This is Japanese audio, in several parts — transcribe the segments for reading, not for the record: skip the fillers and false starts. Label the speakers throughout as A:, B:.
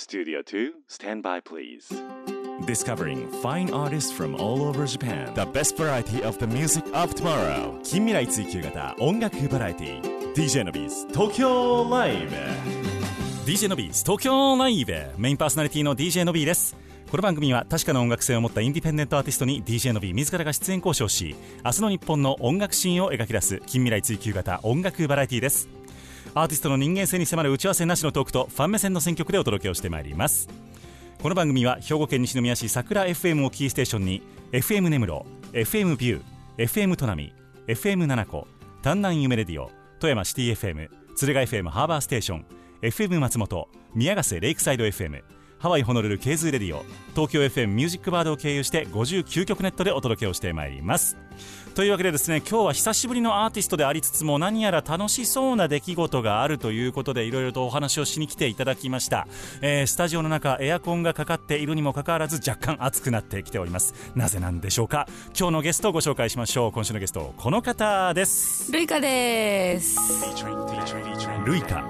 A: Studio 2, stand by please.
B: Discovering fine artists from all over Japan. The best variety of the music of tomorrow. 近未来追求型音楽バラエティ DJ のビーズ東京ライブ DJ のビーズ東京ライブメインパーソナリティの DJ のビーです。この番組は確かな音楽性を持ったインディペンデントアーティストに DJ のビー自らが出演交渉し、明日の日本の音楽シーンを描き出す近未来追求型音楽バラエティです。アーティストの人間性に迫る打ち合わせなしのトークとファン目線の選曲でお届けをしてまいります。この番組は兵庫県西宮市桜 FM をキーステーションに FM 根室、FM ビュー、FM 砺波、FM 七子、丹南夢レディオ、富山シティ FM、敦賀 FM ハーバーステーション、FM 松本、宮ヶ瀬レイクサイド FM、ハワイホノルルケーズレディオ、東京 FM ミュージックバードを経由して59曲ネットでお届けをしてまいります。というわけでですね、今日は久しぶりのアーティストでありつつも何やら楽しそうな出来事があるということでいろいろとお話をしに来ていただきました。スタジオの中エアコンがかかっているにもかかわらず若干暑くなってきております。なぜなんでしょうか。今日のゲストをご紹介しましょう。今週のゲストこの方です。
C: ルイカです。
B: ルイカ。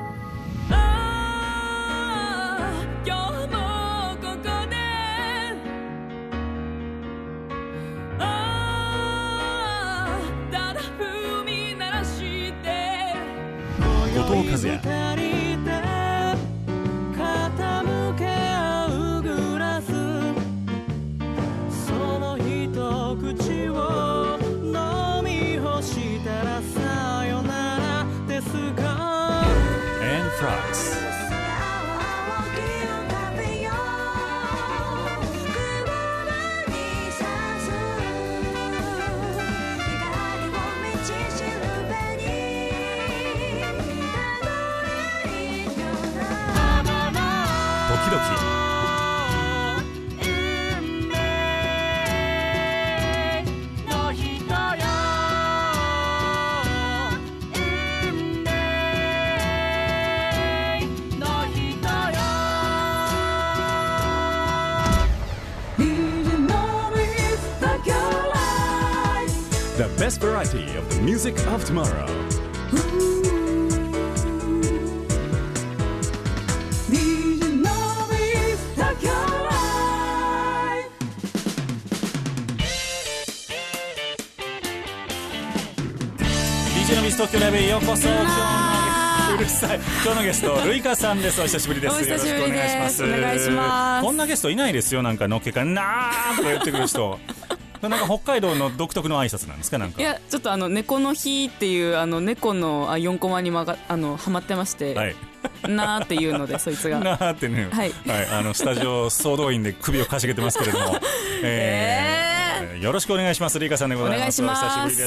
B: 後藤和也。傾け合うグラス、その一口を飲み干したらさよならですか。And fries。時々The best variety of the music of tomorrow. DJ のビーズ東京ライブへようこそ。うるさい。今日のゲストルイカさんです。お久しぶりです。
C: お久しぶりです。よろしくお願いします。
B: こんなゲストいないですよ。なんかのっけからなーとか言ってくる人なんか北海道の独特の挨拶なんですか。なんか
C: いやちょっと猫の日っていう猫の4コマにハマってまして、はい、なーっていうのでそいつが
B: なーってね、はいはい、スタジオ総動員で首をかしげてますけれどもよろしくお願いします。リーカさんでございます。お願いします。お久しぶりです。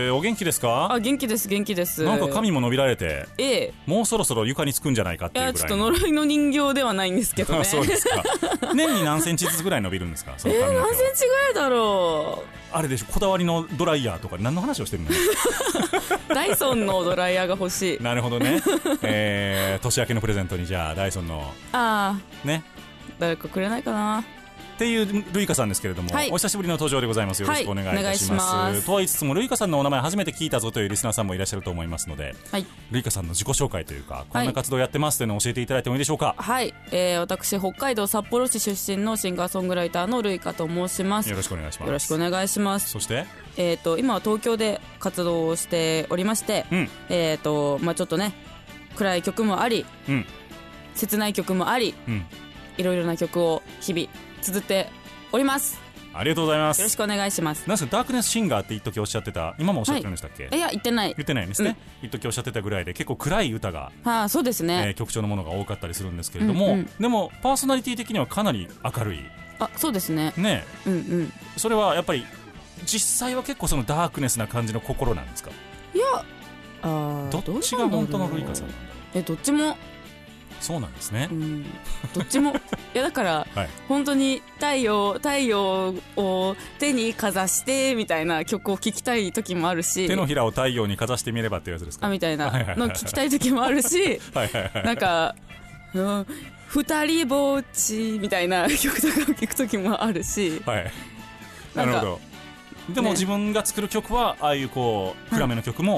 B: お元気ですか。
C: あ、元気です元気です。
B: なんか髪も伸びられて、もうそろそろ床につくんじゃないかっていうぐらいの。いやちょっと
C: 呪いの人形ではないんですけどね
B: そうですか。年に何センチずつぐらい伸びるんですか。その髪の毛は
C: 何センチぐらいだろう。
B: あれでしょ、こだわりのドライヤーとか何の話をしてるの
C: ダイソンのドライヤーが欲しい。
B: なるほどね。年明けのプレゼントにじゃあダイソンのね、
C: 誰かくれないかな
B: っていうルイカさんですけれども、はい、お久しぶりの登場でございます。よろしくお願いいたします。はい、とは言いつつもルイカさんのお名前初めて聞いたぞというリスナーさんもいらっしゃると思いますので、はい、ルイカさんの自己紹介というかこんな活動やってますというのを教えていただいてもいいでしょうか。
C: はい、私北海道札幌市出身のシンガーソングライターのルイカと申します。
B: よろしくお願いします。
C: よろしくお願いします。
B: そして
C: 今は東京で活動をしておりまして、ちょっとね暗い曲もあり、切ない曲もあり、いろいろな曲を日々綴っております。
B: ありがとうございます。
C: よろしくお願いします。
B: なんかダークネスシンガーって一時おっしゃってた、今もおっしゃってるんでしたっけ。
C: いや言ってない
B: んですね。一時おっしゃってたぐらいで結構暗い歌が、
C: そうですね、
B: 曲調のものが多かったりするんですけれども、でもパーソナリティ的にはかなり明るい。
C: そうですね。
B: ね、それはやっぱり実際は結構そのダークネスな感じの心なんですか。
C: いや
B: どっちが本当のルイカさん。
C: どっちも。
B: そうなんですね、
C: どっちも。いやだから、本当に太陽を手にかざしてみたいな曲を聴きたい時もあるし、
B: 手のひらを太陽にかざしてみればっていうやつですか。
C: みたいなの聴きたい時もあるしなんか、二人ぼっちみたいな曲とかを聴く時もあるし、
B: なるほど。でも自分が作る曲はああいうこう暗めの曲も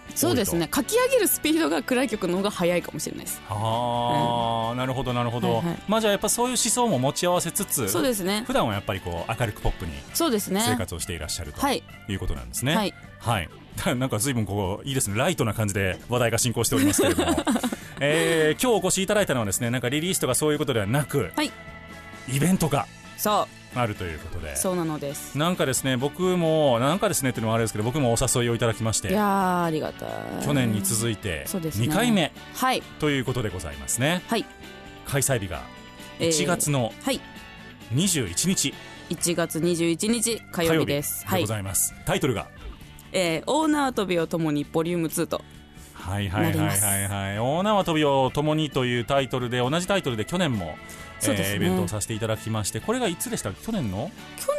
C: そうですね、書き上げるスピードが暗い曲の方が速いかもしれないです。
B: なるほどなるほど、はいはい、まあじゃあやっぱそういう思想も持ち合わせつつ、そうですね、普段はやっぱりこう明るくポップに生活をしていらっしゃるということなんですね。はい、はい、なんか随分こういいですね、ライトな感じで話題が進行しておりますけれども今日お越しいただいたのはですね、なんかリリースとかそういうことではなく、はい、イベントがあるということで。
C: そうなのです。
B: なんかですね、僕もなんかですねっていうのもあれですけど、僕もお誘いをいただきまして、
C: いやありがたい。
B: 去年に続いて2回目、はい、ということでございますね。はい、開催日が1月の21日、
C: 1月21日火曜日です。
B: でございます。はい、タイトルが、
C: 大縄跳びを共にボリューム2と
B: はいはいはいはいはい、大縄跳びを共にというタイトルで、同じタイトルで去年も、イベントをさせていただきまして、これがいつでした？去年の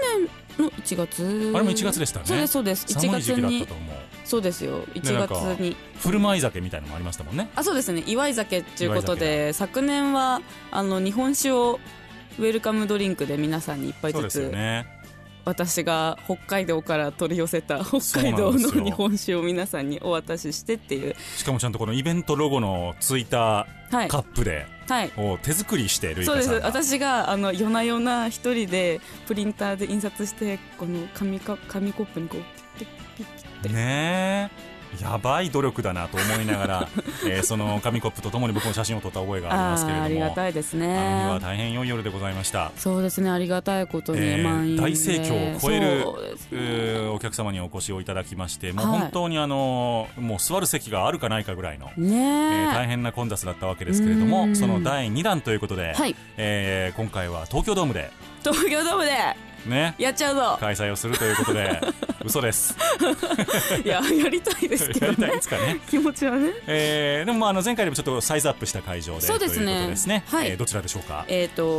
B: 1月、あれも1月でしたね。
C: そうですそうです、
B: 寒い時期だったと思う。
C: そうですよ、1月に
B: 振る舞い酒みたいなのもありましたもんね。
C: あ、そうですね、祝い酒ということで、昨年は日本酒をウェルカムドリンクで皆さんに一杯ずつ、そうですよね、私が北海道から取り寄せた北海道の日本酒を皆さんにお渡ししてっていう、
B: しかもちゃんとこのイベントロゴのついたカップで、はい、を手作りしてる。
C: そうです、私が夜な夜な一人でプリンターで印刷して、この紙コップにこうピッピッピッピッって
B: ねえ、やばい努力だなと思いながらその紙コップとともに僕も写真を撮った覚えがありますけれども、
C: ありがたいですね。
B: あの日は大変良い夜でございました。
C: そうですね、ありがたいことに満員で、
B: 大盛況を超える、お客様にお越しをいただきまして、もう本当にもう座る席があるかないかぐらいの、大変な混雑だったわけですけれども、その第2弾ということで、はい、今回は東京ドームでね、やっちゃうぞ開催をするということで嘘です
C: いや、やりたいですけどね、
B: やりたいですかね
C: 気持ちはね、
B: でも前回でもちょっとサイズアップした会場で、そうですね、ということですね、はい、どちらでしょうか。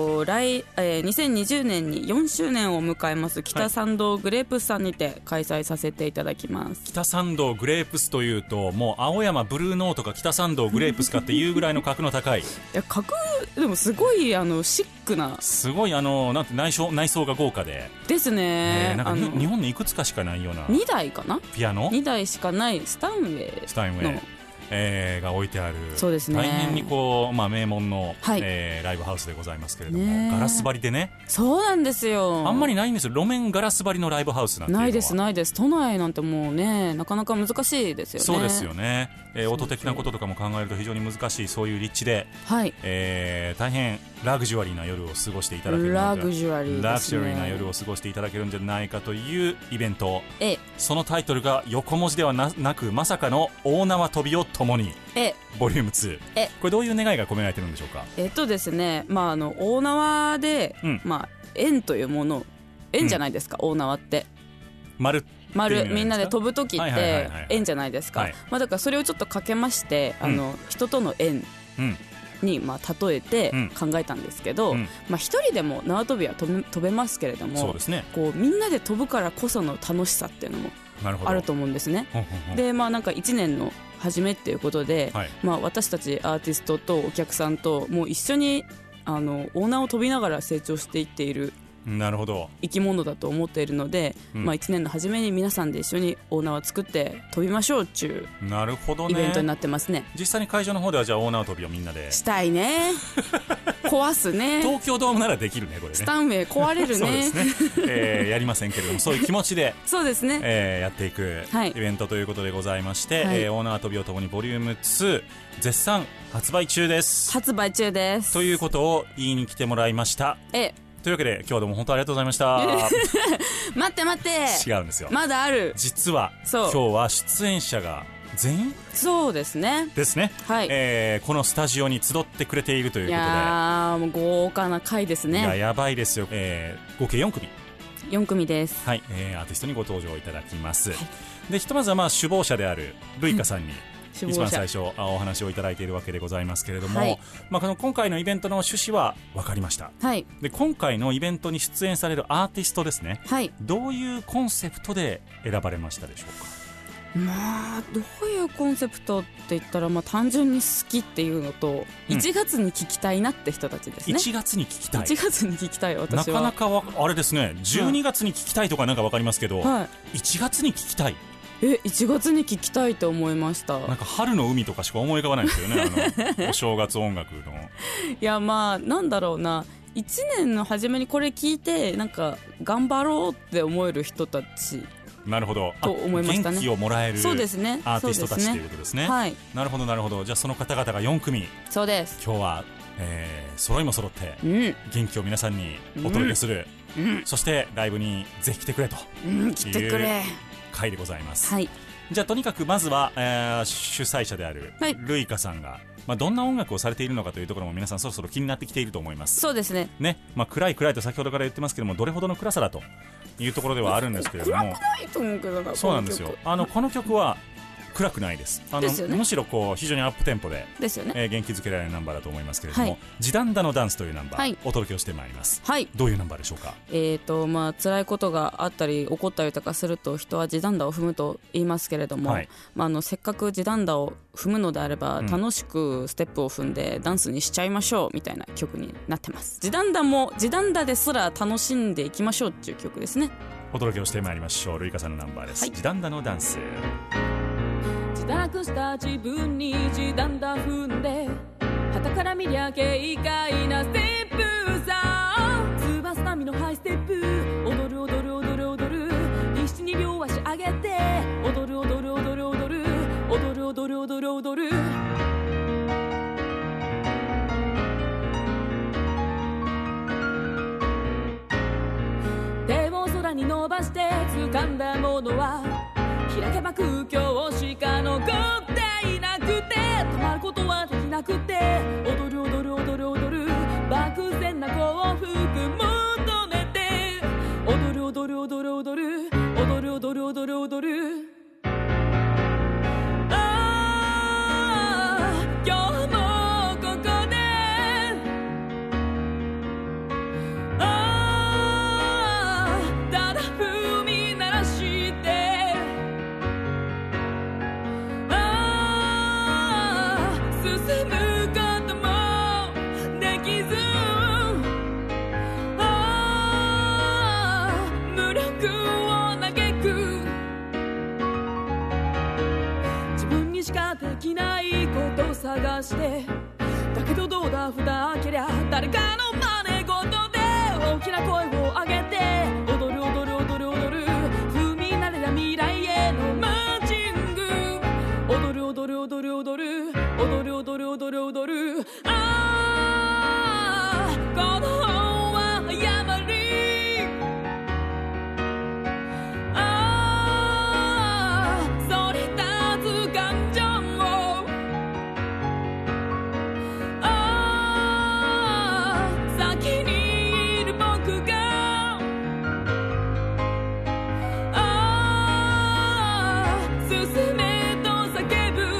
C: 2020年に4周年を迎えます北参道グレープスさんにて開催させていただきます。
B: 北参道グレープスというと、もう青山ブルーノートか北参道グレープスかっていうぐらいの格の高いい
C: や、格でもすごいシックな、
B: すごいなんて内装が豪華
C: ですね、
B: なんか日本にいくつかしかないような
C: 2台かな、
B: ピアノ
C: 2台しかないスタインウェイ
B: が置いてある、
C: そうですね、
B: 大変にこう、名門の、はい、ライブハウスでございますけれども、ガラス張りでね。
C: そうなんですよ、
B: あんまりないんですよ、路面ガラス張りのライブハウスなんていうのは。
C: ないですないです、都内なんてもうね、なかなか難しいですよね。
B: そうですよね、音的なこととかも考えると非常に難しい、そういう立地で、はい、大変ラグジュアリーな夜を過ごしていただける
C: ラグジュアリーですね、
B: ラグジュアリーな夜を過ごしていただけるんじゃないかというイベント、そのタイトルが横文字では なくまさかの大縄跳びを共にボリューム2、これどういう願いが込められてるんでしょうか。
C: ですね、大縄で、円というもの、円じゃないですか、大縄って丸みんなで飛ぶ時って円じゃないですか、だからそれをちょっとかけまして、人との円に例えて考えたんですけど、一人でも縄跳びは飛べますけれども、そうですね、こうみんなで飛ぶからこその楽しさっていうのもあると思うんですね。でなんか1年の初めっていうことで、はい、私たちアーティストとお客さんともう一緒に大縄を飛びながら成長していっている生き物だと思っているので、1年の初めに皆さんで一緒に大縄を作って飛びましょうっていうイベントになってますね。
B: 実際に会場の方ではじゃあ大縄跳びをみんなで
C: したいね壊すね
B: 東京ドームならできるね、これね、
C: スタンウェイ壊れるね
B: そうですね、やりませんけれども、そういう気持ちで
C: そうですね、
B: やっていくイベントということでございまして、はい、大縄跳びをともにボリューム2絶賛発売中です。
C: 発売中です
B: ということを言いに来てもらいました。というわけで今日はどうも本当ありがとうございました
C: 待って
B: 違うんですよ、
C: まだある。
B: 実は今日は出演者が全員
C: そうですね、はい、
B: このスタジオに集ってくれているということで、い
C: やもう豪華な回ですね。
B: やばいですよ、合計4組
C: です、
B: はい、アーティストにご登場いただきます、はい、でひとまずは首謀者であるルイカさんに一番最初お話をいただいているわけでございますけれども、はい、この今回のイベントの趣旨は分かりました、はい、で今回のイベントに出演されるアーティストですね、はい、どういうコンセプトで選ばれましたでしょうか。
C: どういうコンセプトって言ったら、単純に好きっていうのと、1月に聞きたいなって人たちですね。
B: 1月に聞きたい、
C: 1月に聞きたい、私は
B: なかなかあれですね、12月に聞きたいとかなんか分かりますけど、1月に聞きたい、
C: 1月に聞きたいと思いました。
D: なんか春の海とかしか思い浮かばないんですよねお正月音楽の。
C: いやまあなんだろうな、1年の初めにこれ聞いてなんか頑張ろうって思える人たち。
D: なるほど、
C: と思いましたね。
D: 元気をもらえる
C: そうですね、
D: アーティストたちということですね。
C: はい、
D: なるほどなるほど。じゃあその方々が4組、
C: そうです。
D: 今日は、揃いも揃って元気を皆さんにお届けする、そしてライブにぜひ来てくれと
C: 来てくれ
D: 回でございます。
C: はい、
D: じゃあとにかくまずは、主催者であるルイカさんが、どんな音楽をされているのかというところも皆さんそろそろ気になってきていると思います。
C: そうですね。
D: 暗いと先ほどから言ってますけども、どれほどの暗さだというところではあるんですけれども、
C: 暗くないと思うけどな。
D: そうなんですよ。この曲は暗くないです。
C: ですよね。
D: むしろこう非常にアップテンポで
C: ですよね、
D: 元気づけられるナンバーだと思いますけれども、ジダンダのダンスというナンバー、お届けをしてまいります。どういうナンバーでしょうか。
C: 辛いことがあったり起こったりとかすると人はジダンダを踏むと言いますけれども、せっかくジダンダを踏むのであれば、楽しくステップを踏んでダンスにしちゃいましょうみたいな曲になってます。ジダンダもジダンダですら楽しんでいきましょうっていう曲ですね。
D: お届けをしてまいりましょう。ルイカさんのナンバーです、ジダンダのダンス。
C: 自堕した自分にジダンダ踏んで、旗から見りゃ軽快なステップさ、ツバスタミのハイステップ、踊る踊る踊る踊る、必死に両足上げて踊る踊る踊る踊る踊る踊る踊る踊る。手を空に伸ばして掴んだものは、開けば空境しか残っていなくて、止まることはできなくて、踊る踊る踊る踊る、漠然な幸福求めて、踊る踊る踊る踊る踊る踊る踊る踊る。今日もここでただ踏み鳴らして進むこともできず、無力を嘆く、自分にしかできないことを探して、だけどどうだ蓋開けりゃ誰かの真似事で大きな声を上げて、踊る踊る踊る踊る、踏み慣れた未来へのマーチング、踊る踊る踊る踊る踊る踊る踊る踊る。このは誤り、そり立つ感情を、先にいる僕が進めと叫ぶ。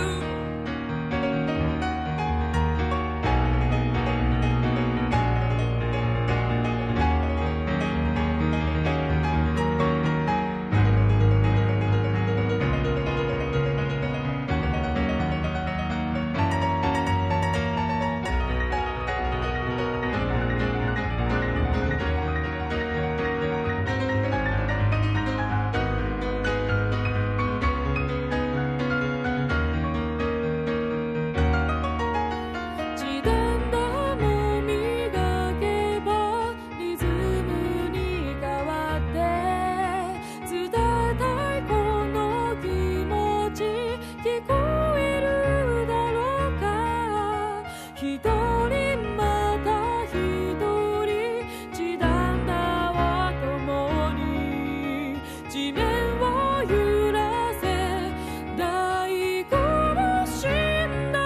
C: 時短だも磨けばリズムに変わって、伝えたいこの気持ち聞こえるだろうか。一人また一人時短だは共に地面を揺らせ大行進だ。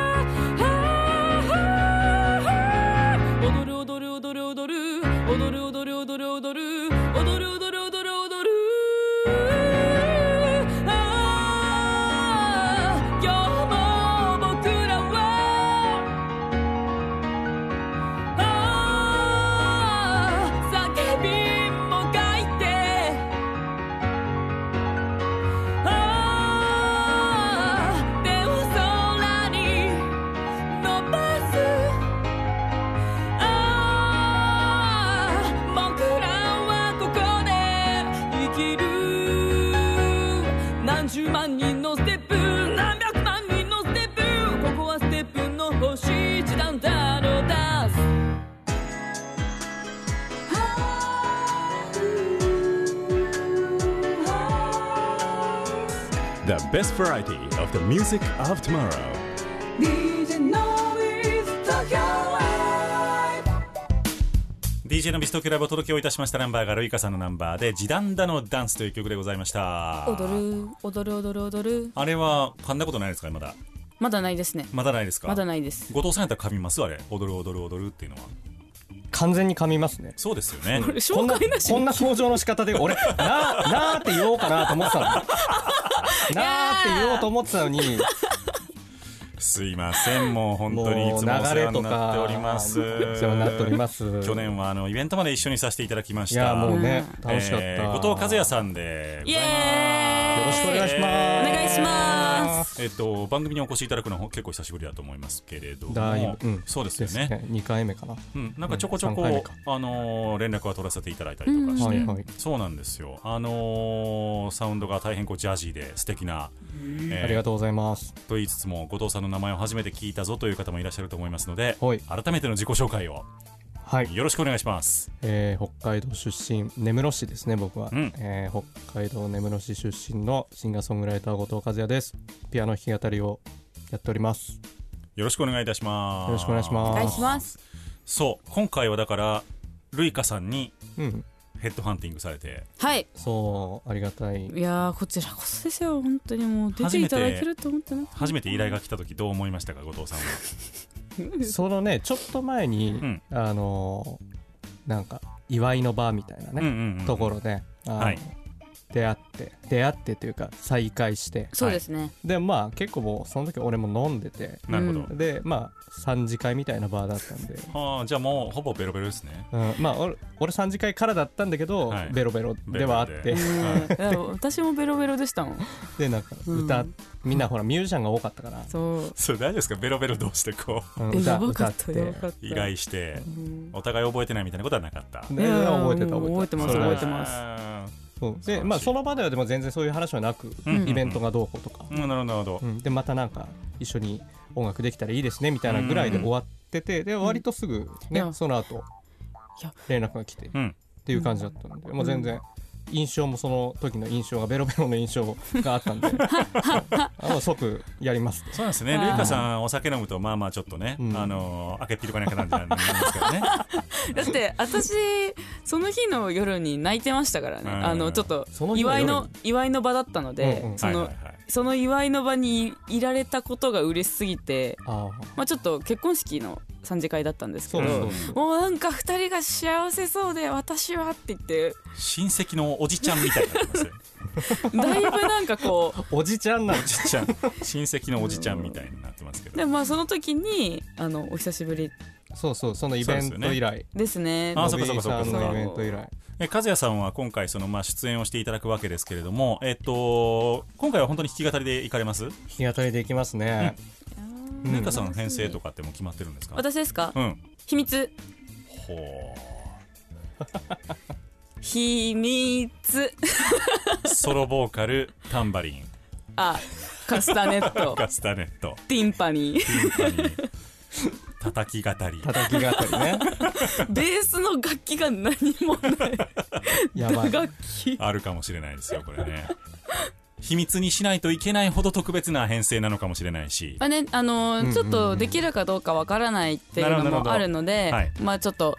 C: 踊る踊る踊る踊る踊る踊る踊る踊る踊る踊る踊る踊る。今日も僕らは
B: best variety of the music of tomorrow.
D: DJ のビストクラブを届けをいたしましたナンバーがルイカさんのナンバーでジダンダのダンスという曲でございました。
C: 踊る
D: あれは噛んだことないですか？
C: まだないですね。
D: まだないですか？
C: まだないです。
D: 後藤さんやったら噛みます？あれ踊るっていうのは
E: 完全に噛みますね。
D: そうですよね。
C: 紹介なし
E: こんな登場の仕方で俺なーって言おうかなと思ってたのになーって言おうと思ってたのに
D: すいません、もう本当にいつもお世話になっております。
E: お世話になっております。
D: 去年はイベントまで一緒にさせていただきました。
E: いやもうね、楽しかった。
D: 後藤和也さんでございます。
E: よろしくお願いします。
C: お願いします。
D: 番組にお越しいただくのは結構久しぶりだと思いますけれども、そうですよね。
E: 2回目かな。
D: なんかちょこちょこ連絡は取らせていただいたりとかして、そうなんですよ。サウンドが大変ジャジーで素敵な、
E: ありがとうございます
D: と言いつつも、後藤さんの名前を初めて聞いたぞという方もいらっしゃると思いますので、改めての自己紹介をよろしくお願いします。
E: 北海道出身、根室市ですね僕は。北海道根室市出身のシンガーソングライター後藤和也です。ピアノ弾き語りをやっております。
D: よろしくお願いいたします。
E: よろしくお願いします。
C: お願いします。
D: そう、今回はだからルイカさんにヘッドハンティングされて、
C: はい、
E: そうありがたい。
C: いやこちらこそですよ。本当にもう出ていただけると思ってな。
D: 初めて依頼が来た時どう思いましたか、後藤さんは？
E: そのねちょっと前に、なんか祝いの場みたいなね、ところで出会ってというか再会して、
C: そうですね。
E: でまあ結構もうその時俺も飲んでて、
D: なるほど。
E: でまあ3次会みたいなバーだったんで、
D: じゃあもうほぼベロベロですね。
E: まあ俺3次会からだったんだけど、ベロベロではあって、
C: 私もベロベロでしたもん。
E: でなんかみんなほらミュージシャンが多かったから、
D: それ大丈夫ですか？ベロベロ同士でこう
E: 歌って
D: 依頼してお互い覚えてないみたいなことはなかった？
E: 覚えてます。でまあその場ではでも全然そういう話はなく、イベントがどうこうとか、
D: なるほど。
E: でまたなんか一緒に音楽できたらいいですねみたいなぐらいで終わってて、で割とすぐねその後連絡が来てっていう感じだったので、もう全然印象もその時の印象がベロベロの印象があったんで即やります。
D: そうなんですね。ルイカさんお酒飲むとまあまあちょっとね、開けっぴるかなんかなんじゃないですからね。
C: だって私その日の夜に泣いてましたからね。ちょっと祝いの場だったので、その祝いの場にいられたことが嬉しすぎて、まあちょっと結婚式の3次会だったんですけど、もうなんか2人が幸せそうで私はって言って
D: 親戚のおじちゃんみたいになってます
C: だいぶなんかこう
E: おじちゃんなの
D: 親戚のおじちゃんみたいになってますけど、
C: でまあその時にお久しぶり、
E: そのイベント以来
C: ですね。
E: そこのイベント以来。
D: 和也さんは今回出演をしていただくわけですけれども、今回は本当に弾き語りで行かれます？
E: 弾き語りで行きますね。
D: ルイカさんの編成とかってもう決まってるんですか？
C: 私ですか？秘密。秘密。
D: ソロボーカル、タンバリン、
C: カスタネットティンパニー
D: 叩き語りね。
C: ベースの楽器が何もない
E: やばい
C: 楽器
D: あるかもしれないですよこれね。秘密にしないといけないほど特別な編成なのかもしれないし、
C: ちょっとできるかどうかわからないっていうのもあるので、まあちょっと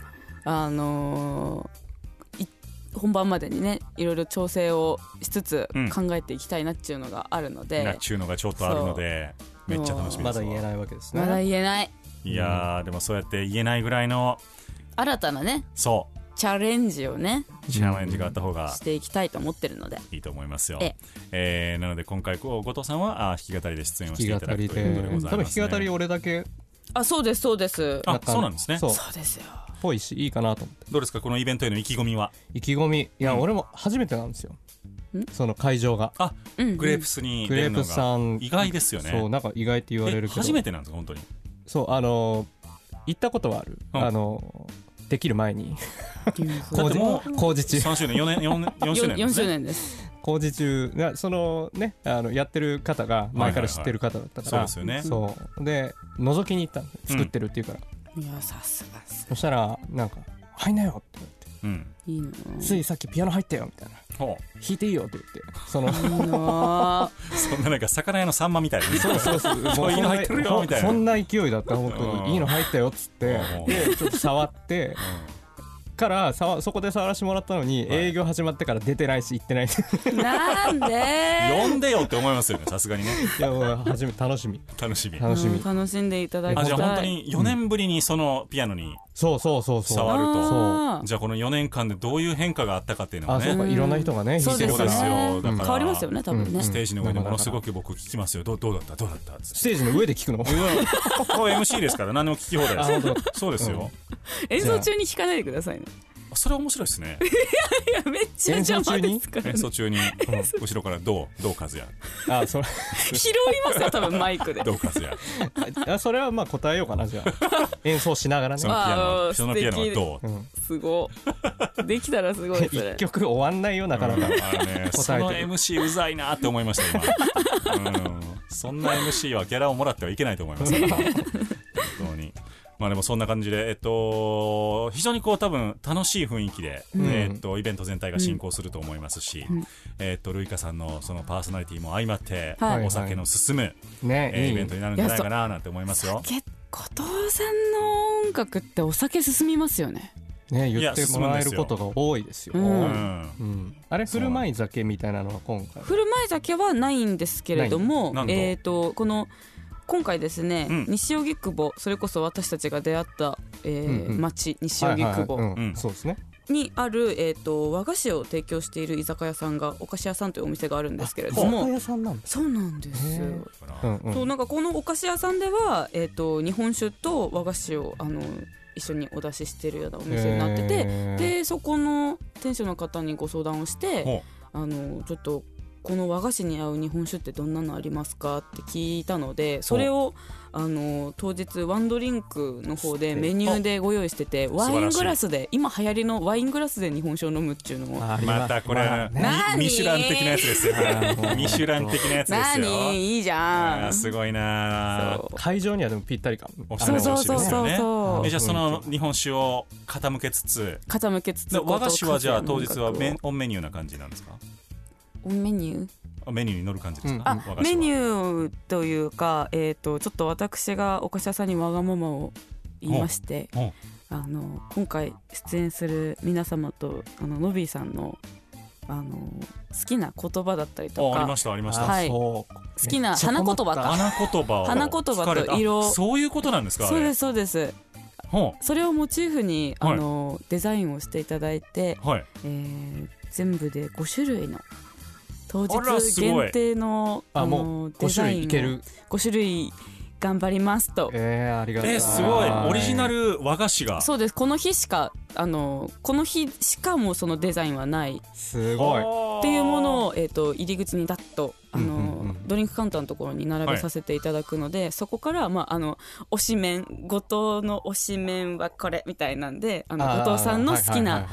C: 本番までにねいろいろ調整をしつつ考えていきたいなっていうのがあるので、
D: ちゅうのがちょっとあるのでめっちゃ楽しみです。
E: まだ言えないわけですね。
C: まだ言えない。
D: いやでもそうやって言えないぐらいの
C: 新たなねチャレンジをね
D: があった方が
C: していきたいと思ってるので
D: いいと思いますよ。なので今回後藤さんは弾き語りで出演をしていただくということでございますね。
E: 多分弾き語り俺だけ。
C: そうですそう
D: なんですね。
C: そうですよ。
E: ぽいしいいかなと思って。
D: どうですかこのイベントへの意気込みは？
E: いや、俺も初めてなんですよ。その会場が
D: グレープスに出るのが意外ですよね。
E: そうなんか意外って言われるけど
D: 初めてなんですか本当に？
E: そう行ったことはある。できる前に工事中
D: 3周年
C: 4周年です。
E: 工事中がそのねやってる方が前から知ってる方だったから、
D: そうですよね。
E: そうで覗きに行ったの作ってるっていうから、
C: いやさすが。
E: そしたらなんか入んなよって
C: いいな。
E: ついさっきピアノ入ったよみたいな、弾いていいよって言って、そんな
D: なんか魚屋のサンマみたいな、
E: そう
D: いいの入ってるよみたいな、
E: そんな勢いだったら本当にいいの入ったよっつって、でちょっと触ってからそこで触らせてもらったのに、営業始まってから出てないし行ってない
C: なんで
D: 呼んでよって思いますよね、さすがにね。
E: いやもう初め楽しみ
C: 楽しんでいただきたい。
D: じゃあ本当に4年ぶりにそのピアノに触ると、じゃあこの4年間でどういう変化があったかっていうのはね、
E: いろんななね、
C: そうですよ、
D: 変
C: わりますよね多分ね。
D: ステージの上でものすごく僕聞きますよ、どうだった
E: ステージの上で聞くの
D: MC ですから何でも聞き放題です。そうですよ。
C: 演奏中に聞かないでくださいね。
D: それは面白いですね。
C: いやめっちゃ邪魔ですからね。
D: 演奏中に後ろからどう和也
C: 拾いますよ多分マイクで。
D: どう和
E: 也それはまあ答えようかな、じゃあ演奏しながらね。
D: そのピアノはどう、
C: すごできたらすごい。
E: 一曲終わんないよなかなか。
D: その MC うざいなって思いました今。そんな MC はギャラをもらってはいけないと思います。本当に。まあでもそんな感じで、非常にこう多分楽しい雰囲気で、イベント全体が進行すると思いますし、ルイカさんのそのパーソナリティも相まって、お酒の進む、イベントになるんじゃないかななんて思いますよ。
C: 後藤さんの音楽ってお酒進みますよね。
E: ね、言ってもらえることが多いですよ。あれ振る舞い酒みたいなのは今回
C: 振る舞い酒はないんですけれども、この今回ですね、西荻窪、それこそ私たちが出会った、町西荻窪にある、和菓子を提供している居酒屋さんが、お菓子屋さんというお店があるんですけれども、
E: 居酒屋さんなんですか。
C: そうなんですよ。そうなんかこのお菓子屋さんでは、日本酒と和菓子を一緒にお出ししているようなお店になってて、でそこの店主の方にご相談をして、ちょっとこの和菓子に合う日本酒ってどんなのありますかって聞いたので、それを当日ワンドリンクの方でメニューでご用意してて、ワイングラスで、今流行りのワイングラスで日本酒を飲むっていうのも、
D: またこれミシュラン的なやつですよ。ミシュラン的なやつですよ。
C: いいじゃん、
D: すごいな。
E: 会場にはでもぴったりかも。
C: そう。じゃ
D: あその日本酒を傾けつつ和菓子はじゃあ当日はオンメニューな感じなんですか。
C: メニュ
D: ーに乗る感じですか。
C: メニューというか、ちょっと私がお菓子屋さんにわがままを言いまして、今回出演する皆様とノビーさんの好きな言葉だったりとか、
D: ありました、
C: はい、好きな花言葉と色、
D: そういうことなんですか。
C: そうです。それをモチーフにデザインをしていただいて、全部で5種類の当日限定のデザインを5種類頑張りますと。
E: ありがとう。
D: すごいオリジナル和菓子が。
C: そうです。この日しかもそのデザインはない、
E: すごい
C: っていうものを、入り口にダッとドリンクカウンターのところに並べさせていただくので、そこから推し麺、後藤の推し麺はこれみたいなんで、後藤さんの好きな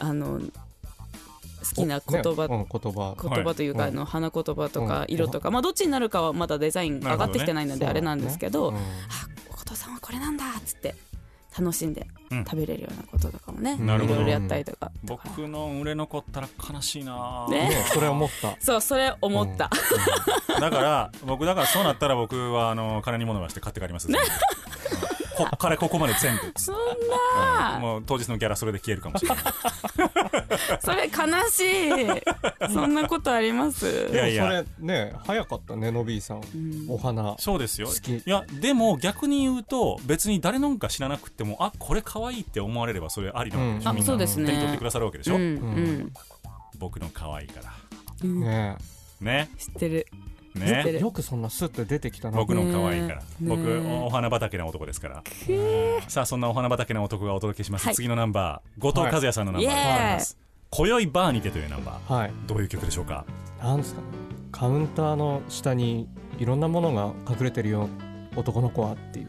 C: 好きな言葉というか、花言葉とか色とか、どっちになるかはまだデザイン上がってきてないのであれなんですけど、後藤さんはこれなんだっつって楽しんで食べれるようなこととかもね、いろいろやったりとか。
D: 僕の売れ残ったら悲しいな。
E: それ思った。
C: それ思った。
D: だからそうなったら僕は金に物はして買って帰ります。ここまで全部。
C: そんな、
D: もう当日のギャラそれで消えるかもしれない。
C: それ悲しい。そんなことあります。
E: いやそれね、早かったね、のびーさん。お花
D: そうですよ。いやでも逆に言うと、別に誰のか知らなくても、これ可愛いって思われればそれありなわけでしょ。みんな手に取ってくださるわけでしょ。僕の可愛いからね。
C: 知ってる
E: ね。よくそんなスッと出てきたな。
D: 僕の可愛いから。僕お花畑な男ですから。さあそんなお花畑な男がお届けします、次のナンバー、後藤和也さんのナンバーでございます。今宵バーにてというナンバー、どういう曲でしょうか。
E: なんですかね、カウンターの下にいろんなものが隠れてるよ、男の子はっていう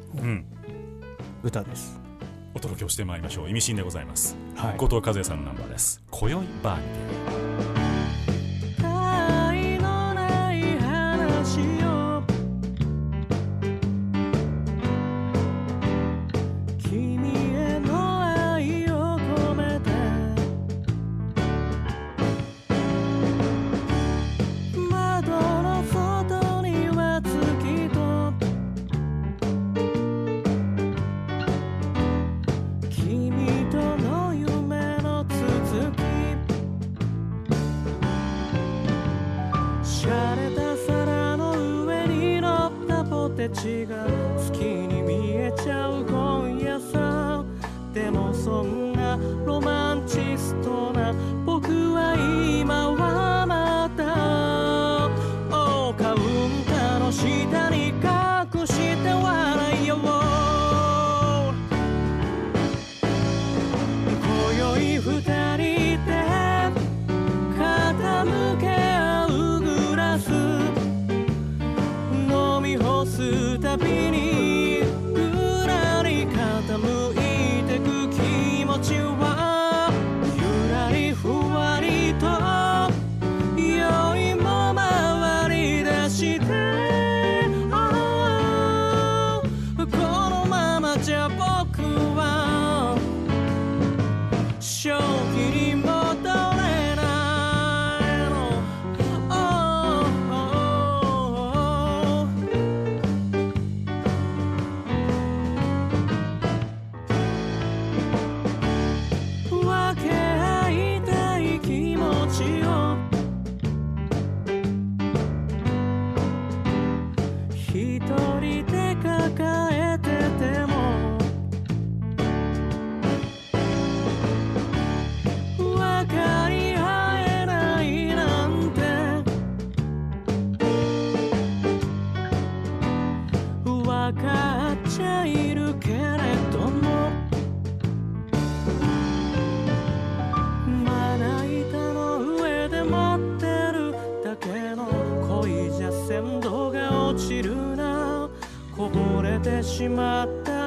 E: 歌です。
D: お届けをしてまいりましょう。意味深でございます、後藤和也さんのナンバーです。今宵バーにて。
F: 君への愛を込めて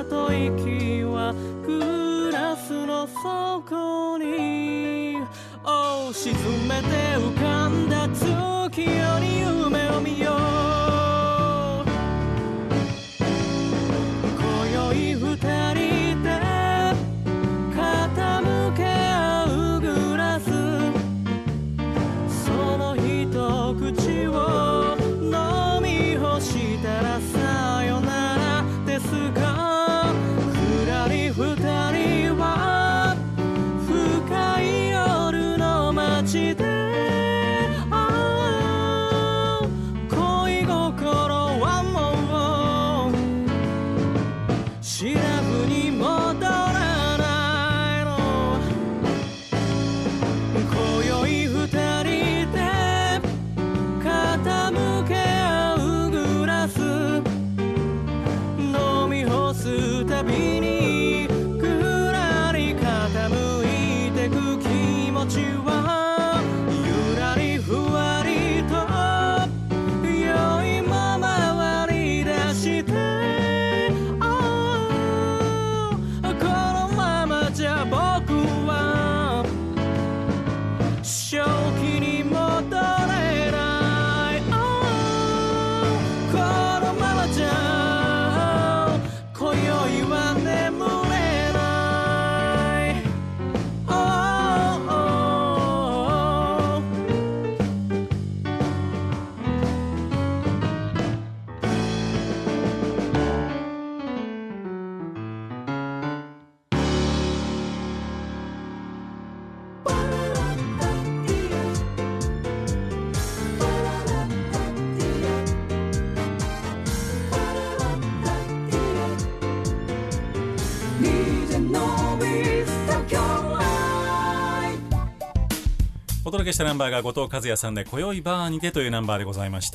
F: と息はグラスの底に沈めて浮かんだ月夜に夢を見よう今宵二人で傾け合うグラスその一口を飲み干したらさよならですがふらり二人は深い夜の街で恋心はもうシラフに戻らないの今宵二人で傾け合うグラス飲み干すたびにぐらり傾いてく気持ちはゆらりふわりと酔いも回り出してこのままじゃ僕は正気に戻れないこのままじゃ今宵は眠れない
D: お届けしたナンバーが後藤和也さんで今宵バーにてというナンバーでございました。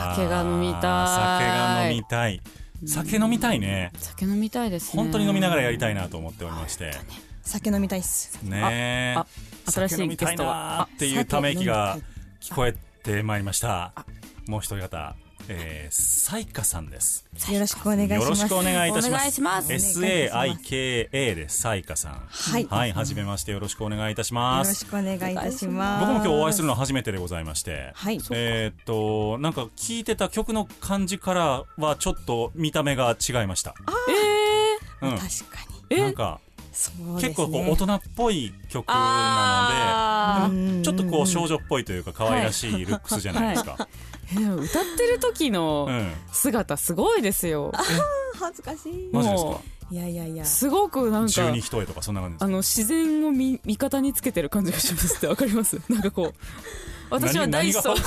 C: 酒が飲みたい。
D: 酒が飲みたい。酒飲みたいね。
C: 酒飲みたいですね。
D: 本当に飲みながらやりたいなと思っておりまして。
G: 酒飲みたいっす
D: ねえ。
C: 新しいゲスト
D: はっていうため息が聞こえてまいりました。もう一人方。サイカさんです。
G: よろしくお願いします。
D: よろしくお願いいたします。
C: お願いします。
D: SAIKA でサイカさん。はい、はじめましてよろしくお願いいたします。
G: よろしくお願いいたします。
D: 僕も今日お会いするのは初めてでございまして、
G: はい。
D: なんか聞いてた曲の感じからはちょっと見た目が違いました。
G: 確かに。
D: なんか。
G: そうですね、
D: 結構こう大人っぽい曲なので、でもちょっとこう少女っぽいというか可愛らしいルックスじゃないですか。
C: 歌ってる時の姿すごいですよ。
G: 恥ずかしい。
D: マジですか？
G: いやいやいや。
C: すごくなんか
D: 十二一重とかそんな感じですか？
C: 自然を味方につけてる感じがしますってわかります？なんかこう。私は大地と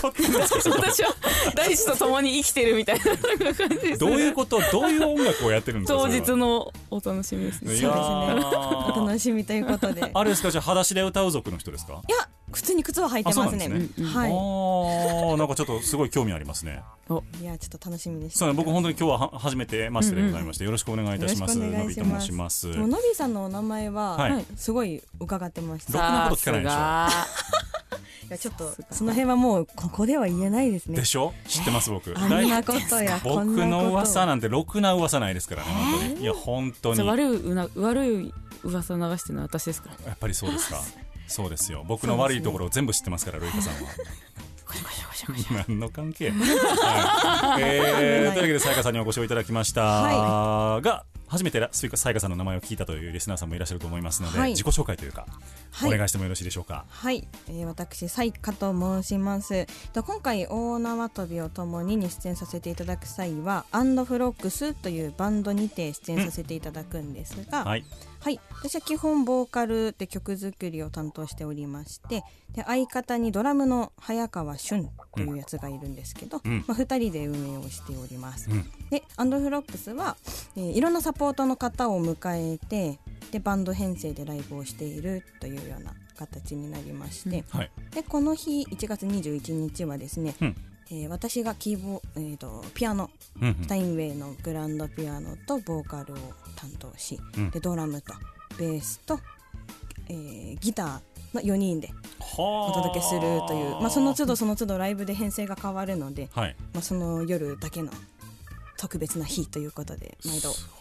C: 共に生きてるみたいな感じです。
D: どういうことどういう音楽をやってるんですか？
C: 当日のお楽しみですね。
G: そうですね。お楽しみということで。
D: あれですか？じゃあ裸足で歌う族の人ですか？
G: いや普通に靴は履いてますね。
D: はい。なんかちょっとすごい興味ありますね。
G: いやちょっと楽しみです。
D: そう僕本当に今日は初めてましてでございましてよろしくお願いいたします。のびと申します。
G: のびさんのお名前はすごい伺ってました。
D: ろくなこと聞かないでしょ。
G: いやちょっとその辺はもうここでは言えないですね。
D: でしょ？知ってます僕。
G: あんなことや
D: 僕の噂なんてろくな噂ないですからね本当に。いや本当に。
C: 悪い噂流してるのは私ですから。
D: やっぱりそうですか。そうですよ。僕の悪いところを全部知ってますからルイカさんは。何の関係？というわけでさやかさんにお越しをいただきましたが。初めてさやかさんの名前を聞いたというリスナーさんもいらっしゃると思いますので、自己紹介というか、お願いしてもよろしいでしょうか。
G: はい、私さやかと申します。今回大縄跳びをともに出演させていただく際はアンドフロックスというバンドにて出演させていただくんですが、はい、私は基本ボーカルで曲作りを担当しておりまして、で相方にドラムの早川俊というやつがいるんですけど、2人で運営をしております。でアンドフロックスは、いろんなサポートの方を迎えてでバンド編成でライブをしているというような形になりまして、でこの日1月21日はですね、私がピアノ、スタインウェイのグランドピアノとボーカルを担当し、でドラムとベースと、ギターの4人でお届けするという、その都度その都度ライブで編成が変わるので、その夜だけの特別な日ということで毎度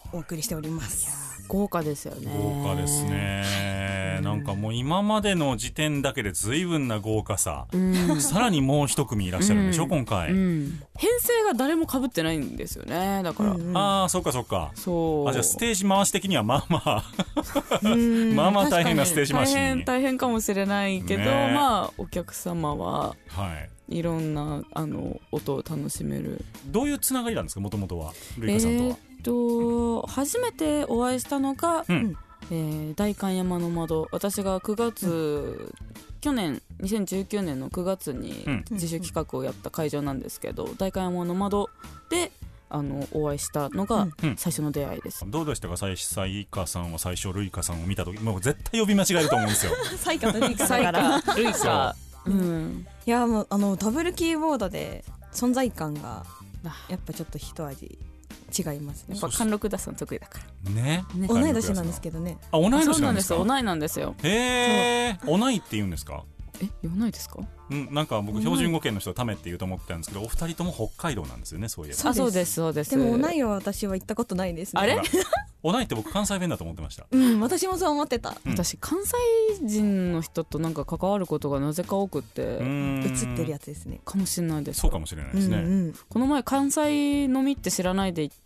G: お送りしております。
C: 豪華ですよね。
D: 豪華ですね。なんかもう今までの時点だけで随分な豪華さ、さらにもう一組いらっしゃるんでしょ、今回、
C: 編成が誰も被ってないんですよね。だから、
D: ああ、そっかそっか。
C: そう。
D: じゃあステージ回し的にはまあまあまあまあ大変なステージ回しに
C: 大変かもしれないけど、
D: ね、
C: まあお客様はいろんな音を楽しめる。
D: どういうつながりなんですか、もともとはルイカさんとは。
C: 初めてお会いしたのが、代官山の窓。私が9月、去年2019年の9月に自主企画をやった会場なんですけど、代官山の窓でお会いしたのが最初の出会いです。
D: どうでしたか、サイカさんは最初ルイカさんを見た時、もう絶対呼び間違えると思うんですよ
G: サイカとルイカだから
C: ルイカ、
G: いやもうダブルキーボードで存在感がやっぱちょっと一味違いますね。
C: やっぱ貫禄出すの得意だから
G: ね。同い年なんですけどね。
D: 同い年なんですか。
C: 同いなんですよ。
D: へえ、同いって言うんですか。
C: 同いですか。
D: なんか僕標準語圏の人はためって言うと思ってたんですけど、お二人とも北海道なんですよね、そういえば。
C: そうですそうです。
G: でも同いは私は行ったことないですね。
C: あれ
D: 同いって僕関西弁だと思ってました。
G: 私もそう思ってた。
C: 私関西人の人となんか関わることがなぜか多くて、
G: 映ってるやつですね。
C: かもしれないです。
D: そうかもしれないですね。
C: この前関西飲みって知らないで行って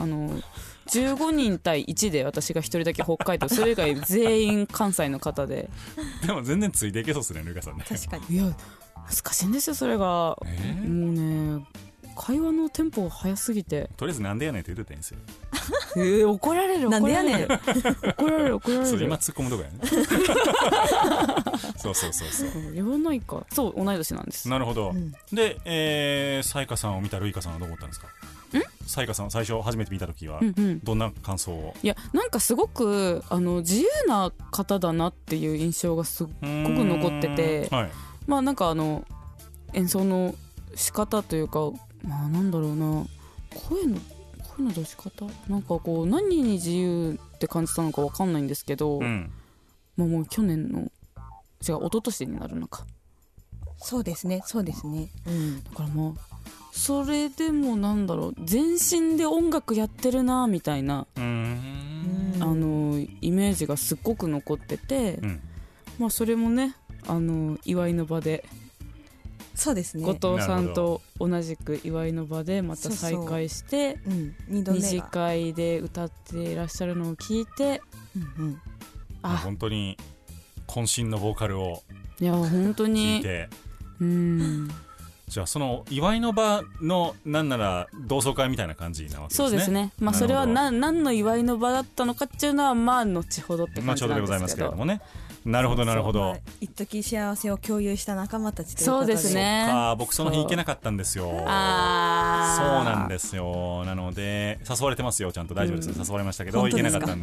C: 、15人対1で私が1人だけ北海道、それ以外全員関西の方で
D: でも全然ついていけそうですね、ルカさんね。
G: 確かに。
C: いや難しいんですよ、それが。もうね、会話のテンポが早すぎて、
D: とりあえずなんでやねんって言ってたらいいんです
C: よ。怒られる。
G: なんでやねん
C: 怒られる。
D: それ今突っ込むとこやねそう
C: 言わないか。そう、同い年なんです。
D: なるほど。で、サイカさんを見たルイカさんはどう思ったんですか。サイカさん最初初めて見た時はどんな感想を。
C: いや、なんかすごく自由な方だなっていう印象がすっごく残ってて、まあなんか演奏の仕方というか、まあなんだろうな、声の出し方、なんかこう何に自由って感じたのか分かんないんですけど、もう去年の一昨年になるのか。
G: そうですね。
C: だからもうそれでもなんだろう、全身で音楽やってるなみたいなイメージがすっごく残ってて、まあそれもね、祝いの場で、
G: そうですね、
C: 後藤さんと同じく祝いの場でまた再会して、二次会で歌っていらっしゃるのを聞いて、
D: 本当に渾身のボーカルを聞いて、じゃあその祝いの場のなんなら同窓会みたいな感じなわけですね。
C: そうですね。まあそれは何の祝いの場だったのかっていうのはまあ後ほどって感じなんですけど。後ほどでございますけれどもね。
D: なるほどなるほど。
G: 一時幸せを共有した仲間たちという
C: ことで。そうですね。
D: 僕その日行けなかったんですよ。そうなんですよ。なので誘われてますよ、ちゃんと。大丈夫です。誘われましたけど行けなかったんです。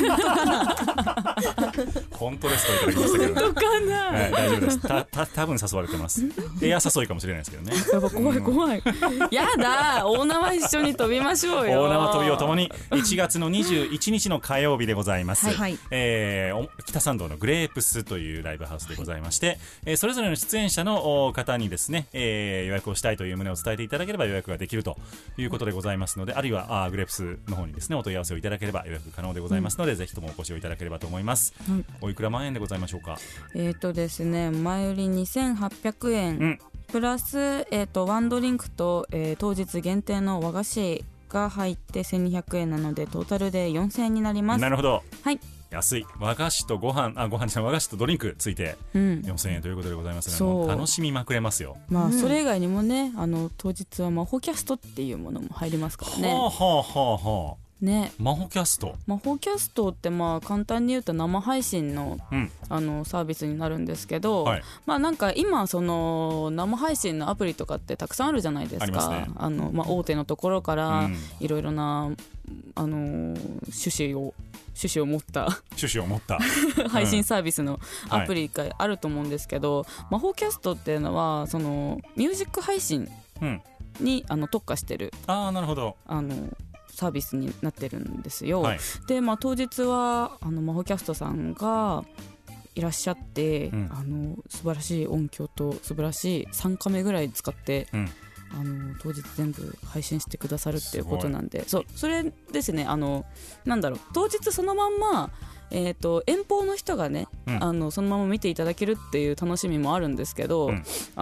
D: 本当ですといただきましたけど。
C: 本当かな。
D: 大丈夫です。多分誘われてます。いや誘いかもしれないですけどね。
C: やっぱ怖い。やだ。大縄一緒に飛びましょうよ。
D: 大縄飛びをともに1月の21日の火曜日でございます。北参道のグレープスというライブハウスでございまして、それぞれの出演者の方にですね、予約をしたいという旨を伝えていただければ予約ができるということでございますので、あるいはグレープスの方にですねお問い合わせをいただければ予約可能でございますので、ぜひともお越しをいただければと思います。おいくら万円でございましょうか。
C: ですね、前売り2800円、プラス、ワンドリンクと、当日限定の和菓子が入って1200円なのでトータルで4000円になります。
D: なるほど。
C: はい。
D: 安い。和菓子と和菓子とドリンクついて4000円ということでございますので、楽しみまくれますよ。
C: まあそれ以外にもね、当日は魔法キャストっていうものも入りますからね。ね、
D: 魔法キャス
C: トってまあ簡単に言うと生配信の、サービスになるんですけど、まあなんか今その生配信のアプリとかってたくさんあるじゃないですか。大手のところからいろいろな趣旨を持った配信サービスのアプリがあると思うんですけど、魔法キャストっていうのはそのミュージック配信に、特化してる
D: なるほど
C: サービスになってるんですよ。で、まあ、当日は魔法キャストさんがいらっしゃって、素晴らしい音響と素晴らしい3カメぐらい使って、 当日全部配信してくださるっていうことなんで、それですね、なんだろう、当日そのまんま遠方の人がね、そのまま見ていただけるっていう楽しみもあるんですけど、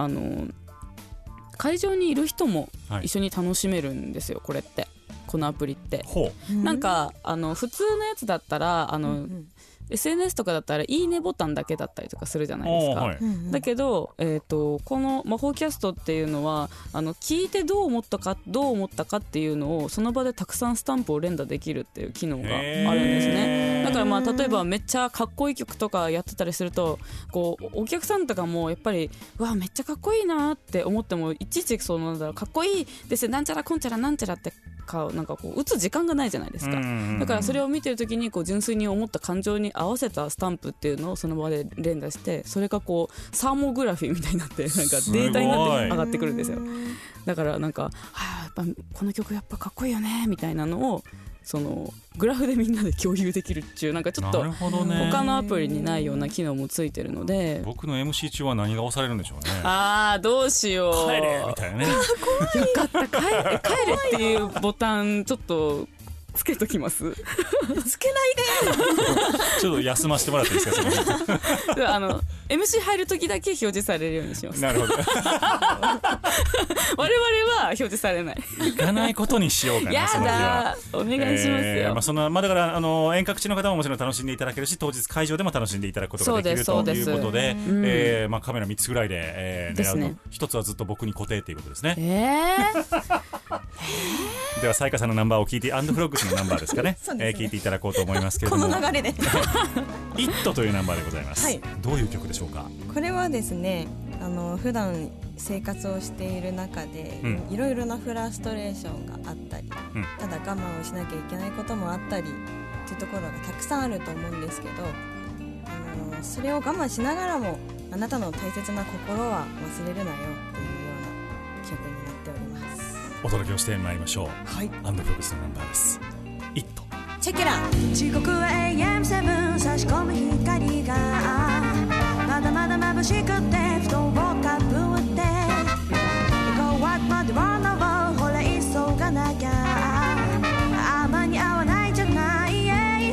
C: 会場にいる人も一緒に楽しめるんですよ、これって、このアプリって。なんか普通のやつだったらSNS とかだったらいいねボタンだけだったりとかするじゃないですか、だけど、この魔法キャストっていうのは聞いてどう思ったかっていうのをその場でたくさんスタンプを連打できるっていう機能があるんですね。だから例えばめっちゃかっこいい曲とかやってたりすると、こうお客さんとかもやっぱりわめっちゃかっこいいなって思っても、いちいちそうなんだろう、かっこいいですなんちゃらこんちゃらなんちゃらってなんかこう打つ時間がないじゃないですか。だからそれを見てる時にこう純粋に思った感情に合わせたスタンプっていうのをその場で連打して、それがこうサーモグラフィーみたいになってなんかデータになって上がってくるんですよ。だからなんか、やっぱこの曲やっぱかっこいいよねみたいなのをそのグラフでみんなで共有できるっていう、なんかちょっと他のアプリにないような機能もついてるので、
D: 僕の MC 中は何が押されるんでしょうね。
C: どうしよう、
D: 帰れみたいなね。よ
C: かった、帰れっていうボタンちょっとつけときます。
G: つけないで
D: ちょっと休ませてもらっていいですか。
C: MC 入る時だけ表示されるようにします。
D: なるほど。
C: 我々は表示されない。
D: 行かないことにしようかな。
C: やだ、お願いしますよ。
D: だから遠隔地の方ももちろん楽しんでいただけるし、当日会場でも楽しんでいただくことができるということで、カメラ3つぐらいで狙うと、1つはずっと僕に固定ということですね。ではサイカさんのナンバーを聞いて、アンドフロッグスのナンバーですかね、聞いていただこうと思いますけれども、
G: この流れで
D: イットというナンバーでございます、どういう曲でしょうか。
G: これはですね、普段生活をしている中で、いろいろなフラストレーションがあったり、ただ我慢をしなきゃいけないこともあったりっていうところがたくさんあると思うんですけど、それを我慢しながらもあなたの大切な心は忘れるなよっていうような曲になっております。
D: お届けをしてまいりましょう。アンドフロッグスのナンバーです。イット。
G: チェケラ。
H: 時刻は AM7 差し込む光がまだまだ眩しくて布団をかぶってこうわまではなおほら急がなきゃあ間に合わないじゃない、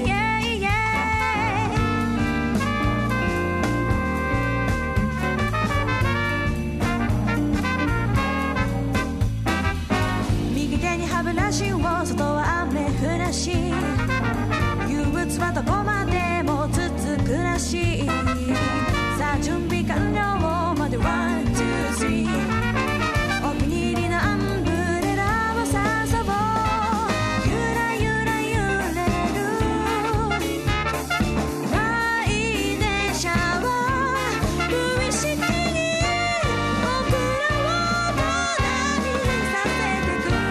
H: 右手に歯ブラシを外は雨降らし、憂鬱はどこまでも続くらしい、さあ準備完了までワン、ツー、スリー、お気に入りのアンブレラをさそう、ゆらゆら揺れる満員電車は無意識に僕らをご覧にさせてく、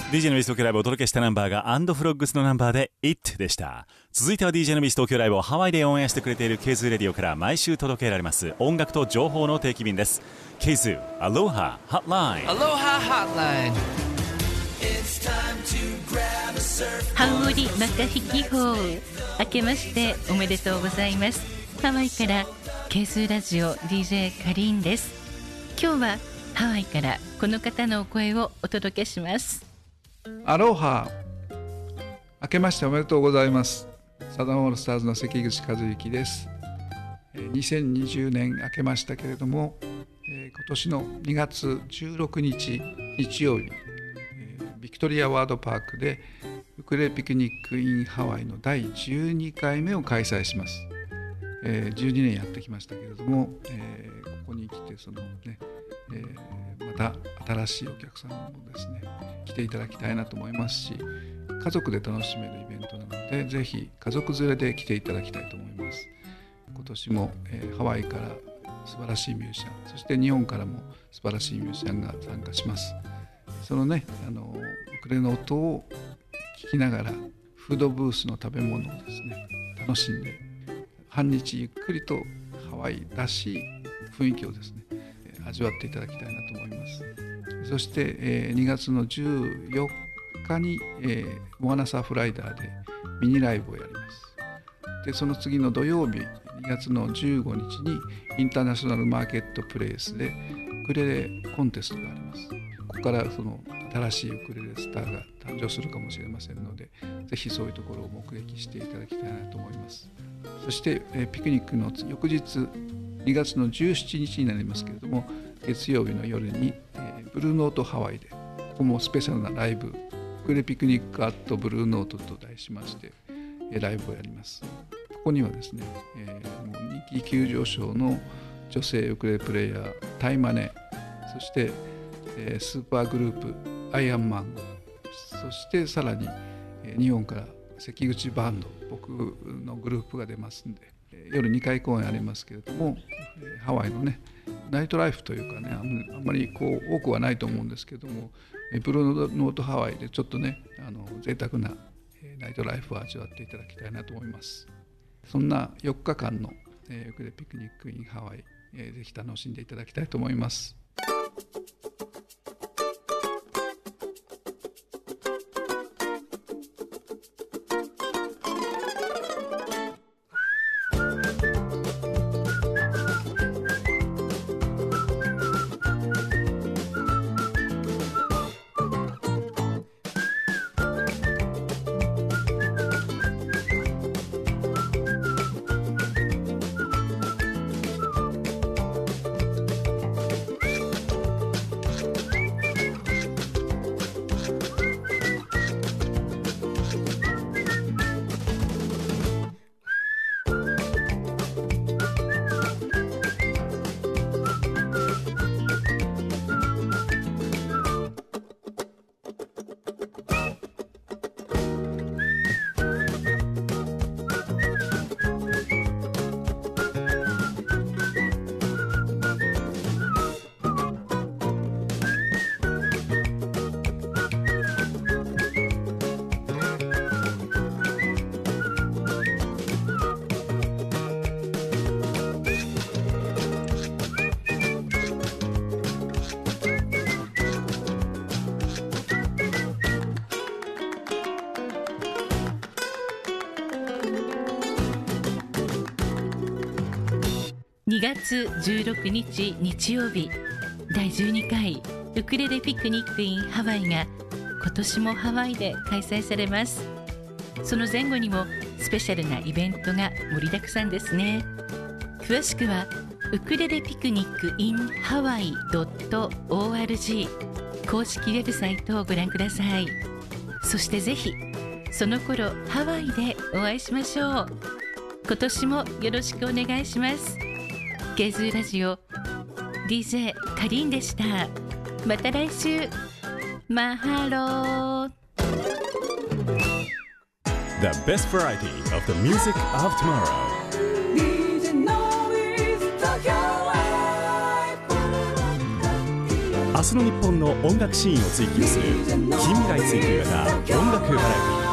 B: DJ のビース東京ライブをお届けしたナンバーがアンドフロッグスのナンバーで IT でした。続いては DJ のビース東京ライブをハワイでオンエアしてくれている K-Zoo レディオから毎週届けられます音楽と情報の定期便です。 K-Zoo Aloha Hotline。
I: Aloha Hotline。
J: ハオリマカヒキホー、明けましておめでとうございます。ハワイから K-Zoo ラジオ DJ カリンです。今日はハワイからこの方のお声をお届けします。
K: アロハ、明けましておめでとうございます。サザンオールスターズの関口和之です。2020年明けましたけれども、今年の2月16日日曜日、ビクトリアワードパークでウクレレピクニック in ハワイの第12回目を開催します。12年やってきましたけれども、ここに来てまた新しいお客さんもですね来ていただきたいなと思いますし、家族で楽しめるイベントなのでぜひ家族連れで来ていただきたいと思います。今年も、ハワイから素晴らしいミュージシャン、そして日本からも素晴らしいミュージシャンが参加します。そのねウクレレの音を聞きながらフードブースの食べ物をですね楽しんで半日ゆっくりとハワイらしい雰囲気をですね味わっていただきたいなと思います。そして、2月の14日に、モアナサーフライダーでミニライブをやります。でその次の土曜日2月の15日にインターナショナルマーケットプレイスでウクレレコンテストがあります。ここからその新しいウクレレスターが誕生するかもしれませんので、ぜひそういうところを目撃していただきたいなと思います。そして、ピクニックの翌日2月の17日になりますけれども、月曜日の夜に、ブルーノートハワイでここもスペシャルなライブ、ウクレレピクニックアットブルーノートと題しまして、ライブをやります。ここにはですね、もう人気急上昇の女性ウクレレプレイヤータイマネ、そして、スーパーグループアイアンマン、そしてさらに、日本から関口バンド、僕のグループが出ますんで、夜2回公演ありますけれども、ハワイのねナイトライフというかね、あんまりこう多くはないと思うんですけれども、ブルーノートハワイでちょっとね贅沢なナイトライフを味わっていただきたいなと思います。そんな4日間のウクレレピクニック in ハワイ、ぜひ楽しんでいただきたいと思います。
J: 2月16日日曜日、第12回ウクレレピクニック in ハワイが今年もハワイで開催されます。その前後にもスペシャルなイベントが盛りだくさんですね。詳しくはウクレレピクニック in ハワイ .org 公式ウェブサイトをご覧ください。そしてぜひその頃ハワイでお会いしましょう。今年もよろしくお願いします。K-Zooラジオ DJ カリンでした。また来週。マハロー。
B: The best variety of the music of tomorrow. 明日の日本の音楽シーンを追求する近未来追求型音楽バラエティ。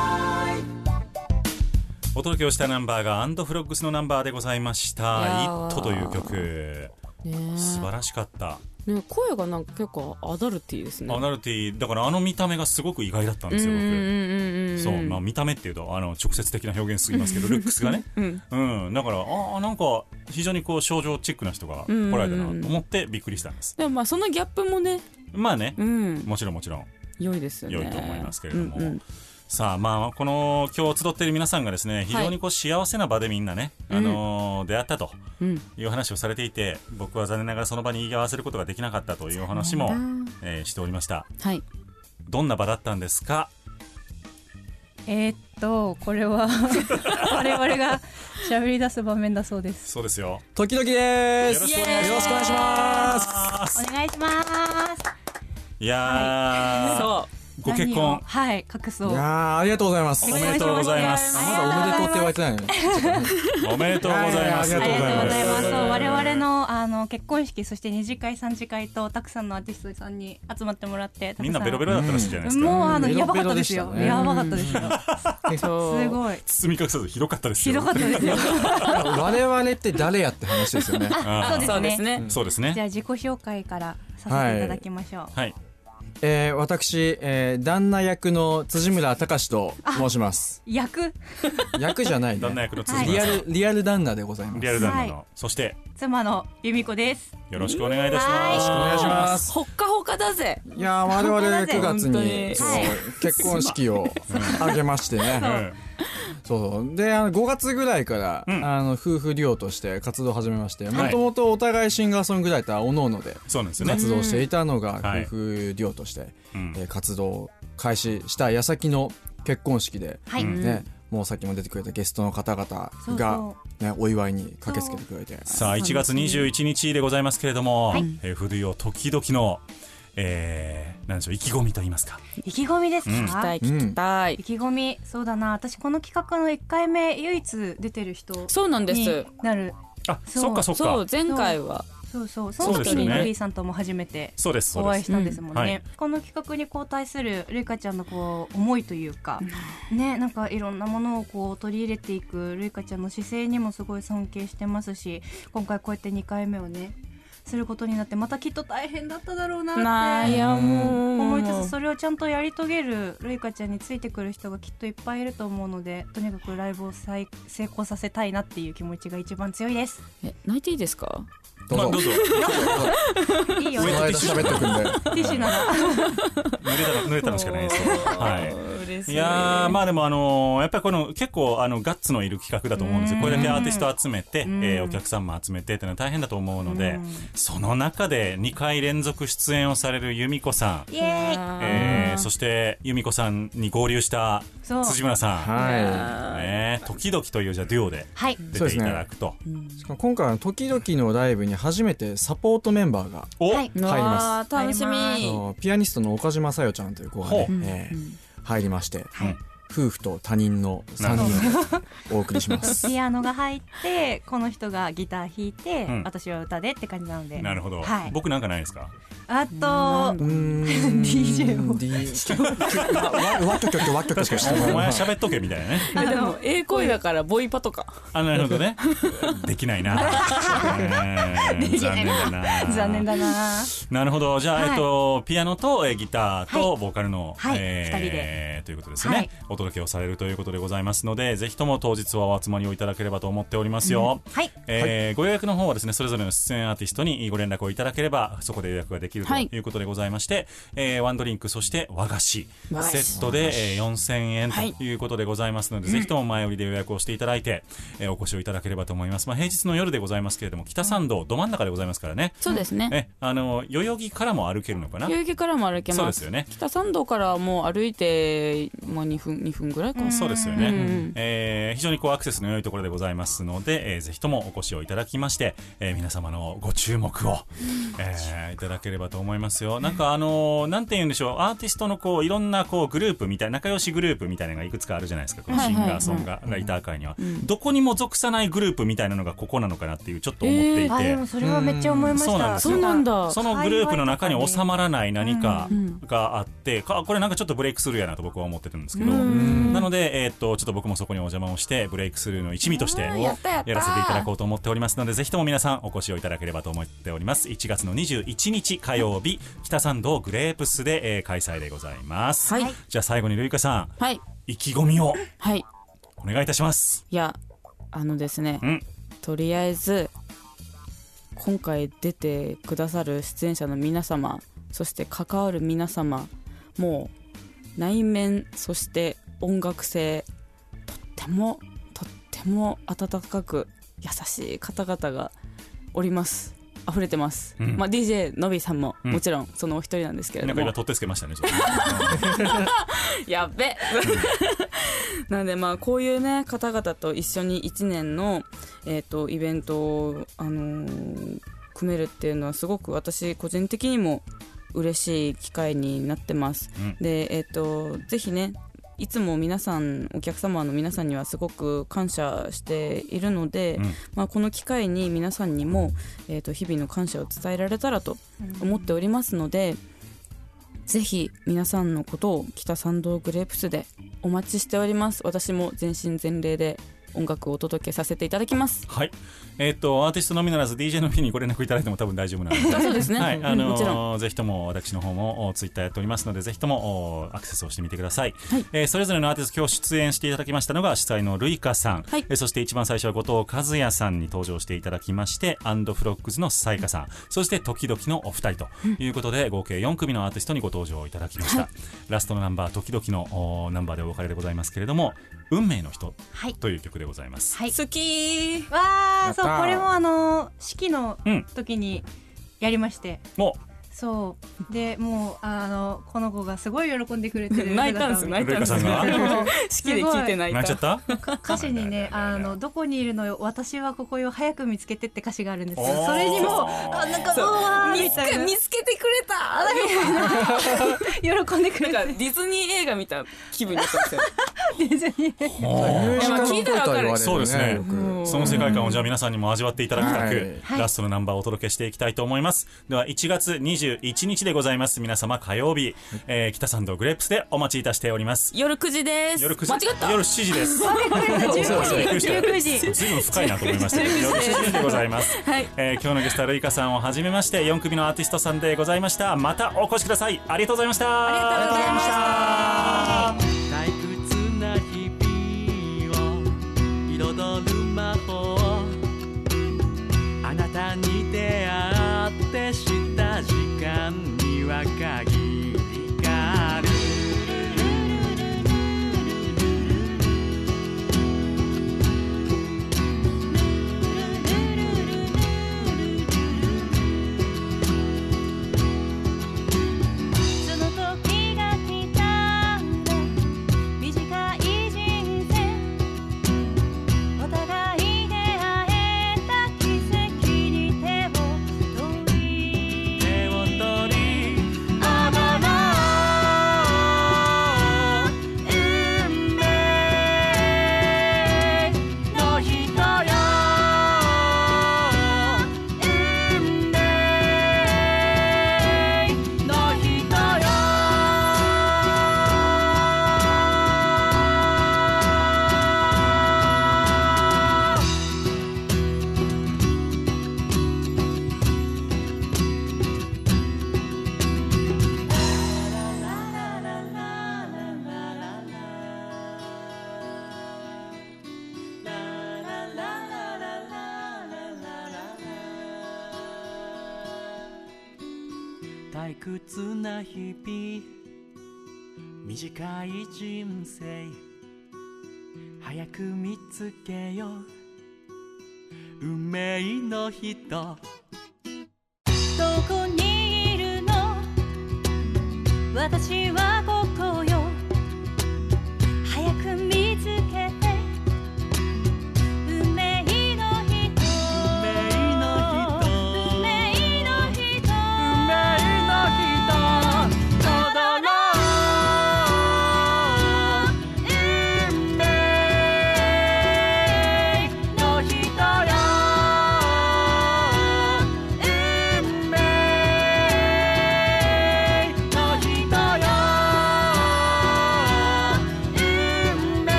D: お届けをしたナンバーがアンドフロッグスのナンバーでございました。「イット!」という曲、素晴らしかった、
C: ね、声がなんか結構アダルティーですね。
D: アダルティーだから、あの見た目がすごく意外だったんですよ僕。そう、まあ、見た目っていうと直接的な表現すぎますけどルックスがね、だからなんか非常にこう少女チックな人が来られたなと思ってびっくりしたんです。
C: でもまあそのギャップもね、
D: まあね、もちろん
C: 良いですよね。
D: 良いと思いますけれども、さあ、まあ、この今日集っている皆さんがですね、非常にこう幸せな場でみんなね、出会ったという話をされていて、僕は残念ながらその場に居合わせることができなかったというお話も、しておりました、はい、どんな場だったんですか？
I: これは我々が喋り出す場面だそうです。
D: そうですよ。
E: 時々です。よろしくお願いします。
I: お願いします。
D: いやー、そうご結婚、
I: はい、隠そう。
E: いやありがとうございます。
D: おめでとうございます。
E: まだおめでとうって言われてないのね。
D: おめでとうございます。
I: ありがとうございます。我々の結婚式、そして2次会3次会とたくさんのアーティストさんに集まってもらって、
D: みんなベロベロだったらしいじゃないですか。
I: もうやばかったですよ。やばかったですよ。すごい
D: 包み隠さずひどかったですよ。
I: ひどかったですよ。
E: 我々って誰やって話ですよね。
I: そうですね。
D: そうですね。
I: じゃあ自己紹介からさせていただきましょう。
D: はい。
E: 私、旦那役の辻村隆と申します。
I: 役
E: じゃない、ね、
D: 旦那役の辻村さん、
E: リアル旦那でございます。
D: リアル旦那の、そして
I: 妻の由美子です。
D: よろしくお願いいたします。
E: よろしくお願いします。
C: ほっかほかだぜ。
E: いや我々9月に結婚式を挙げましてね。そうで5月ぐらいから、夫婦デュオとして活動を始めまして、もともとお互いシンガーソングライターおのおので活動していたのが夫婦デュオとして、活動を開始した矢先の結婚式で、ね、もうさっきも出てくれたゲストの方々が、ね、お祝いに駆けつけてくれて、
D: さあ1月21日でございますけれども、夫婦デュオ時々のなんでしょう、意気込みと言いますか。
I: 意気込みですか？
C: 聞きたい。
I: 意気込み、そうだな、私この企画の1回目唯一出てる人
C: そうなんです。
I: なる。
D: あ、そっかそっか。
C: そう、前回は
I: その時にルビーさんとも初めてお会いしたんですもんね。この企画にこう対するルイカちゃんのこう思いというか、ね、なんかいろんなものをこう取り入れていくルイカちゃんの姿勢にもすごい尊敬してますし、今回こうやって2回目をねすることになって、またきっと大変だっただろうなって思いつつ、それをちゃんとやり遂げるルイカちゃんについてくる人がきっといっぱいいると思うので、とにかくライブを成功させたいなっていう気持ちが一番強いです。
C: 泣いていいですか？
E: どうぞ。
I: いいよ。
E: 喋ってくんで。
I: ティッシュなら
D: 濡れたのしかないですよ。はい。いやまあでもやっぱりこの結構ガッツのいる企画だと思うんですよ。これだけアーティスト集めて、お客さんも集めてっていうのは大変だと思うので、その中で2回連続出演をされる由美子さん、そして由美子さんに合流した辻村さん、時々というじゃデュオで出ていただくと。
E: 今回の時々のライブに初めてサポートメンバーが入ります。
C: 楽しみ。
E: ピアニストの岡島さよちゃんという子がね、入りまして、夫婦と他人の3人をお送りします。
I: ピアノが入ってこの人がギター弾いて、私は歌でって感じなので。
D: なるほど。僕なんかないですか？
I: あとDJ を
E: ワッ曲しかしてない。
D: お前喋っとけみたいなね。
C: でもええ声だからボイパとか。
D: なるほどね。できないな。
I: 残念だな。
D: なるほど。じゃあピアノとギターとボーカルの
I: 2人で
D: ということですね。お届けをされるということでございますので、ぜひとも当日はお集まりをいただければと思っておりますよ。ご予約の方はですね、それぞれの出演アーティストにご連絡をいただければそこで予約ができるということでございまして、ワンドリンクそして和菓子セットで4000円ということでございますので、ぜひとも前売りで予約をしていただいてお越しをいただければと思います。平日の夜でございますけれども、北参道ど真ん中でございますからね。
C: そうですね。
D: 代々木からも歩けるのかな。
C: 代々木からも歩けます。
D: そうですよね。
C: 北参道からもう歩いて2分ぐらいか。
D: そうですよね。非常にアクセスの良いところでございますので、ぜひともお越しをいただきまして、皆様のご注目をいただければばと思いますよ。なんかなんて言うんでしょう、アーティストのこういろんなこうグループみたいな仲良しグループみたいなのがいくつかあるじゃないですか、このシンガーソングライター界には、どこにも属さないグループみたいなのがここなのかなっていうちょっと思っていて、
I: でもそれはめっちゃ思いました。
C: そうなんだ。
D: そのグループの中に収まらない何かがあって、これなんかちょっとブレイクスルーやなと僕は思ってるんですけど、なのでちょっと僕もそこにお邪魔をしてブレイクスルーの一味としてやらせていただこうと思っておりますので、ぜひとも皆さんお越しをいただければと思っております。1月の21日火曜日、北参道グレープスで、開催でございます、はい、じゃあ最後にルイカさん、はい、意気込みを、はい、お願いいたします。
C: いやですね、とりあえず今回出てくださる出演者の皆様、そして関わる皆様、もう内面そして音楽性とっても温かく優しい方々がおります。溢れてます、DJ のびさんももちろんそのお一人なんですけれども、
D: なんか今取ってつけましたね
C: やっべなのでこういうね方々と一緒に1年の、イベントを、組めるっていうのはすごく私個人的にも嬉しい機会になってます、で、ぜひねいつも皆さんお客様の皆さんにはすごく感謝しているので、この機会に皆さんにも、日々の感謝を伝えられたらと思っておりますので、ぜひ皆さんのことを北参道グレープスでお待ちしております。私も全身全霊で音楽をお届けさせていただきます。
D: はい、アーティストのみならず DJ の日にご連絡いただいても多分大丈夫なので
C: そうですね、はい、もちろん
D: ぜひとも私の方もツイッターやっておりますので、ぜひともアクセスをしてみてください、はい、それぞれのアーティスト今日出演していただきましたのが主催のルイカさん、はい、そして一番最初は後藤和也さんに登場していただきまして、アンドフロックスのサイカさん、そして時々のお二人ということで、合計4組のアーティストにご登場いただきました、はい、ラストのナンバー時々のナンバーでお別れでございますけれども、運命の人という曲でございます、
I: はい、
C: 好き
I: わー、そう、これも式の時にやりまして、そうでもうこの子がすごい喜んでくれてる
C: 泣いたんです式で聞いて泣いちゃった
I: 歌詞にねどこにいるのよ私はここよ早く見つけてって歌詞があるんですよ。それにもなんか
C: 見つけてくれた
I: 喜んでくれた。
C: ディズニー映画見た気分になったんですよ
I: ディズニー映
C: 画聞いたら分かる。
D: そうですね、その世界観をじゃあ皆さんにも味わっていただきたく、ラストのナンバーをお届けしていきたいと思います。では1月21日でございます。皆様火曜日、北参道グレープスでお待ちいたしております。
C: 夜9時です。
D: 夜9時、
C: 間違った。
D: 夜7時です。
I: 19時
D: 随分深いなと思いましたけど、夜7時でございます、はい。今日のゲストはルイカさんをはじめまして4組のアーティストさんでございました。またお越しください。ありがとうございました。
C: ありがとうございました。
F: 退屈な日々を彩る魔法、あなたに出会ってした時間には限りがある。
H: その時が来たんだ、短い人生、お互い出会えた奇跡に手を取り、あなた運命の人よ、運命の人よ。
F: 退屈な日々、短い人生、早く見つけよう運命の人。
H: どこにいるの私はこ